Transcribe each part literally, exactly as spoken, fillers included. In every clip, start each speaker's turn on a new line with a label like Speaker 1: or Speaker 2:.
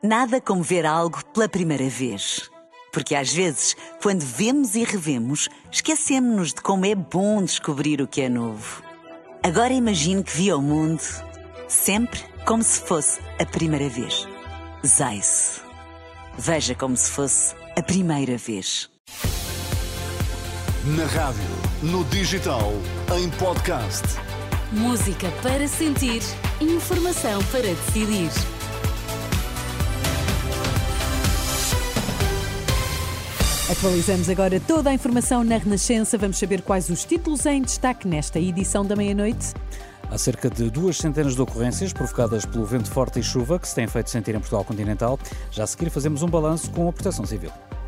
Speaker 1: Nada como ver algo pela primeira vez. Porque às vezes, quando vemos e revemos, esquecemos-nos de como é bom descobrir o que é novo. Agora imagine que viu o mundo sempre como se fosse a primeira vez. Zais. Veja como se fosse a primeira vez.
Speaker 2: Na rádio, no digital, em podcast.
Speaker 3: Música para sentir, informação para decidir.
Speaker 4: Atualizamos agora toda a informação na Renascença. Vamos saber quais os títulos em destaque nesta edição da meia-noite.
Speaker 5: Há cerca de duas centenas de ocorrências provocadas pelo vento forte e chuva que se têm feito sentir em Portugal continental. Já a seguir fazemos um balanço com a Proteção Civil.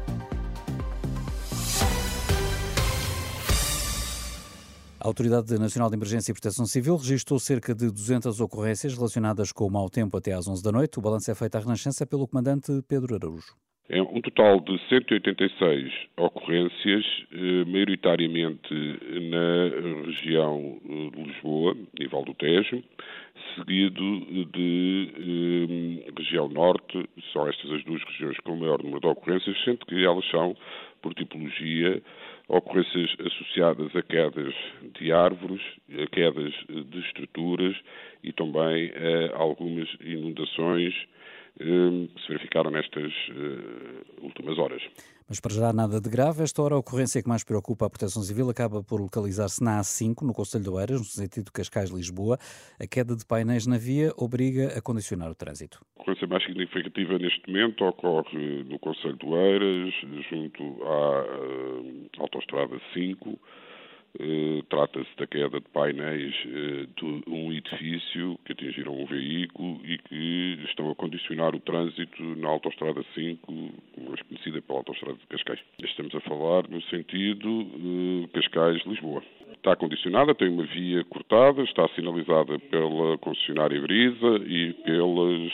Speaker 5: A Autoridade Nacional de Emergência e Proteção Civil registrou cerca de duzentas ocorrências relacionadas com o mau tempo até às onze da noite. O balanço é feito à Renascença pelo comandante Pedro Araújo.
Speaker 6: É um total de cento e oitenta e seis ocorrências, maioritariamente na região de Lisboa, nível do Tejo, seguido de eh, região norte. São estas as duas regiões com o maior número de ocorrências, sendo que elas são, por tipologia, ocorrências associadas a quedas de árvores, a quedas de estruturas e também a algumas inundações que se verificaram nestas uh, últimas horas.
Speaker 5: Mas para já nada de grave. Esta hora a ocorrência que mais preocupa a Proteção Civil acaba por localizar-se na A cinco, no concelho de Oeiras, no sentido de Cascais-Lisboa. A queda de painéis na via obriga a condicionar o trânsito.
Speaker 6: A ocorrência mais significativa neste momento ocorre no concelho de Oeiras, junto à uh, autoestrada cinco. Uh, Trata-se da queda de painéis uh, de um edifício que atingiram um veículo e que estão a condicionar o trânsito na autoestrada cinco, mais conhecida pela autoestrada de Cascais. Estamos a falar no sentido uh, Cascais-Lisboa. Está condicionada, tem uma via cortada, está sinalizada pela concessionária Brisa e pelas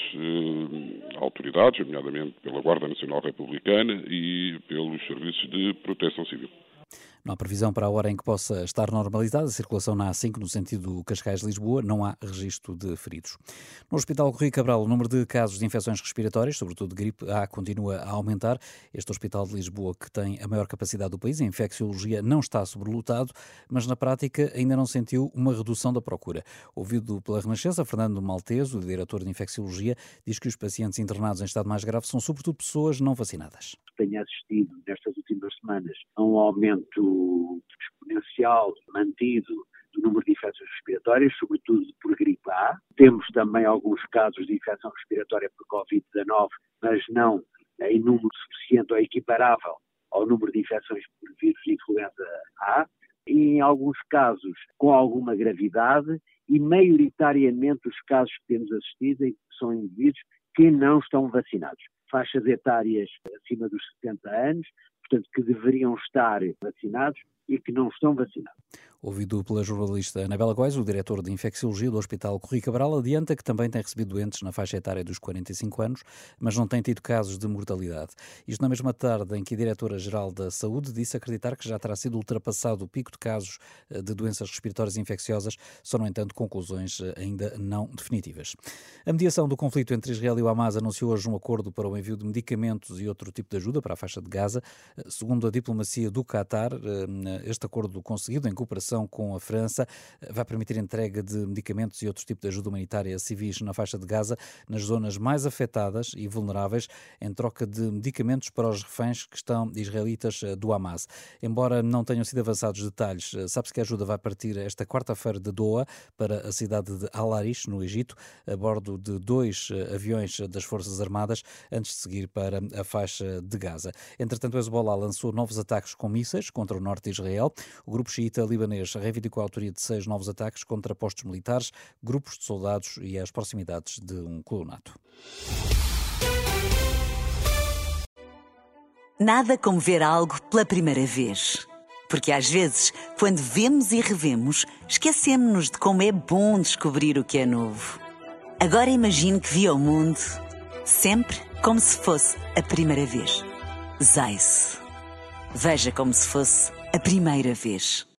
Speaker 6: uh, autoridades, nomeadamente pela Guarda Nacional Republicana e pelos serviços de proteção civil.
Speaker 5: Não há previsão para a hora em que possa estar normalizada a circulação na A cinco, no sentido Cascais-Lisboa. Não há registro de feridos. No Hospital Rui Cabral, o número de casos de infecções respiratórias, sobretudo de gripe A, continua a aumentar. Este Hospital de Lisboa, que tem a maior capacidade do país em infecciologia, não está sobrelotado, mas na prática ainda não sentiu uma redução da procura. Ouvido pela Renascença, Fernando Malteso, o diretor de infecciologia, diz que os pacientes internados em estado mais grave são sobretudo pessoas não vacinadas.
Speaker 7: Tenho assistido nestas últimas semanas a um aumento exponencial, mantido, do número de infecções respiratórias, sobretudo por gripe A. Temos também alguns casos de infecção respiratória por covid dezanove, mas não em número suficiente ou equiparável ao número de infecções por vírus de influenza A. E em alguns casos com alguma gravidade e maioritariamente os casos que temos assistido são indivíduos que não estão vacinados. Faixas etárias acima dos setenta anos, portanto, que deveriam estar vacinados e que não estão vacinados.
Speaker 5: Ouvido pela jornalista Anabela Góes, o diretor de infecciologia do Hospital Rui Cabral adianta que também tem recebido doentes na faixa etária dos quarenta e cinco anos, mas não tem tido casos de mortalidade. Isto na mesma tarde em que a diretora-geral da Saúde disse acreditar que já terá sido ultrapassado o pico de casos de doenças respiratórias infecciosas, só, no entanto, conclusões ainda não definitivas. A mediação do conflito entre Israel e o Hamas anunciou hoje um acordo para o envio de medicamentos e outro tipo de ajuda para a faixa de Gaza. Segundo a diplomacia do Qatar, este acordo conseguido em cooperação com a França vai permitir a entrega de medicamentos e outro tipo de ajuda humanitária a civis na faixa de Gaza, nas zonas mais afetadas e vulneráveis, em troca de medicamentos para os reféns que estão israelitas do Hamas. Embora não tenham sido avançados detalhes, sabe-se que a ajuda vai partir esta quarta-feira de Doha para a cidade de Al-Arish, no Egito, a bordo de dois aviões das Forças Armadas, antes de seguir para a faixa de Gaza. Entretanto, o Hezbollah lançou novos ataques com mísseis contra o norte de Israel. O grupo xiita libanês reivindicou a autoria de seis novos ataques contra postos militares, grupos de soldados e as proximidades de um colonato.
Speaker 1: Nada como ver algo pela primeira vez. Porque às vezes, quando vemos e revemos, esquecemos-nos de como é bom descobrir o que é novo. Agora imagine que viu o mundo sempre como se fosse a primeira vez. Zais. Veja como se fosse a primeira vez.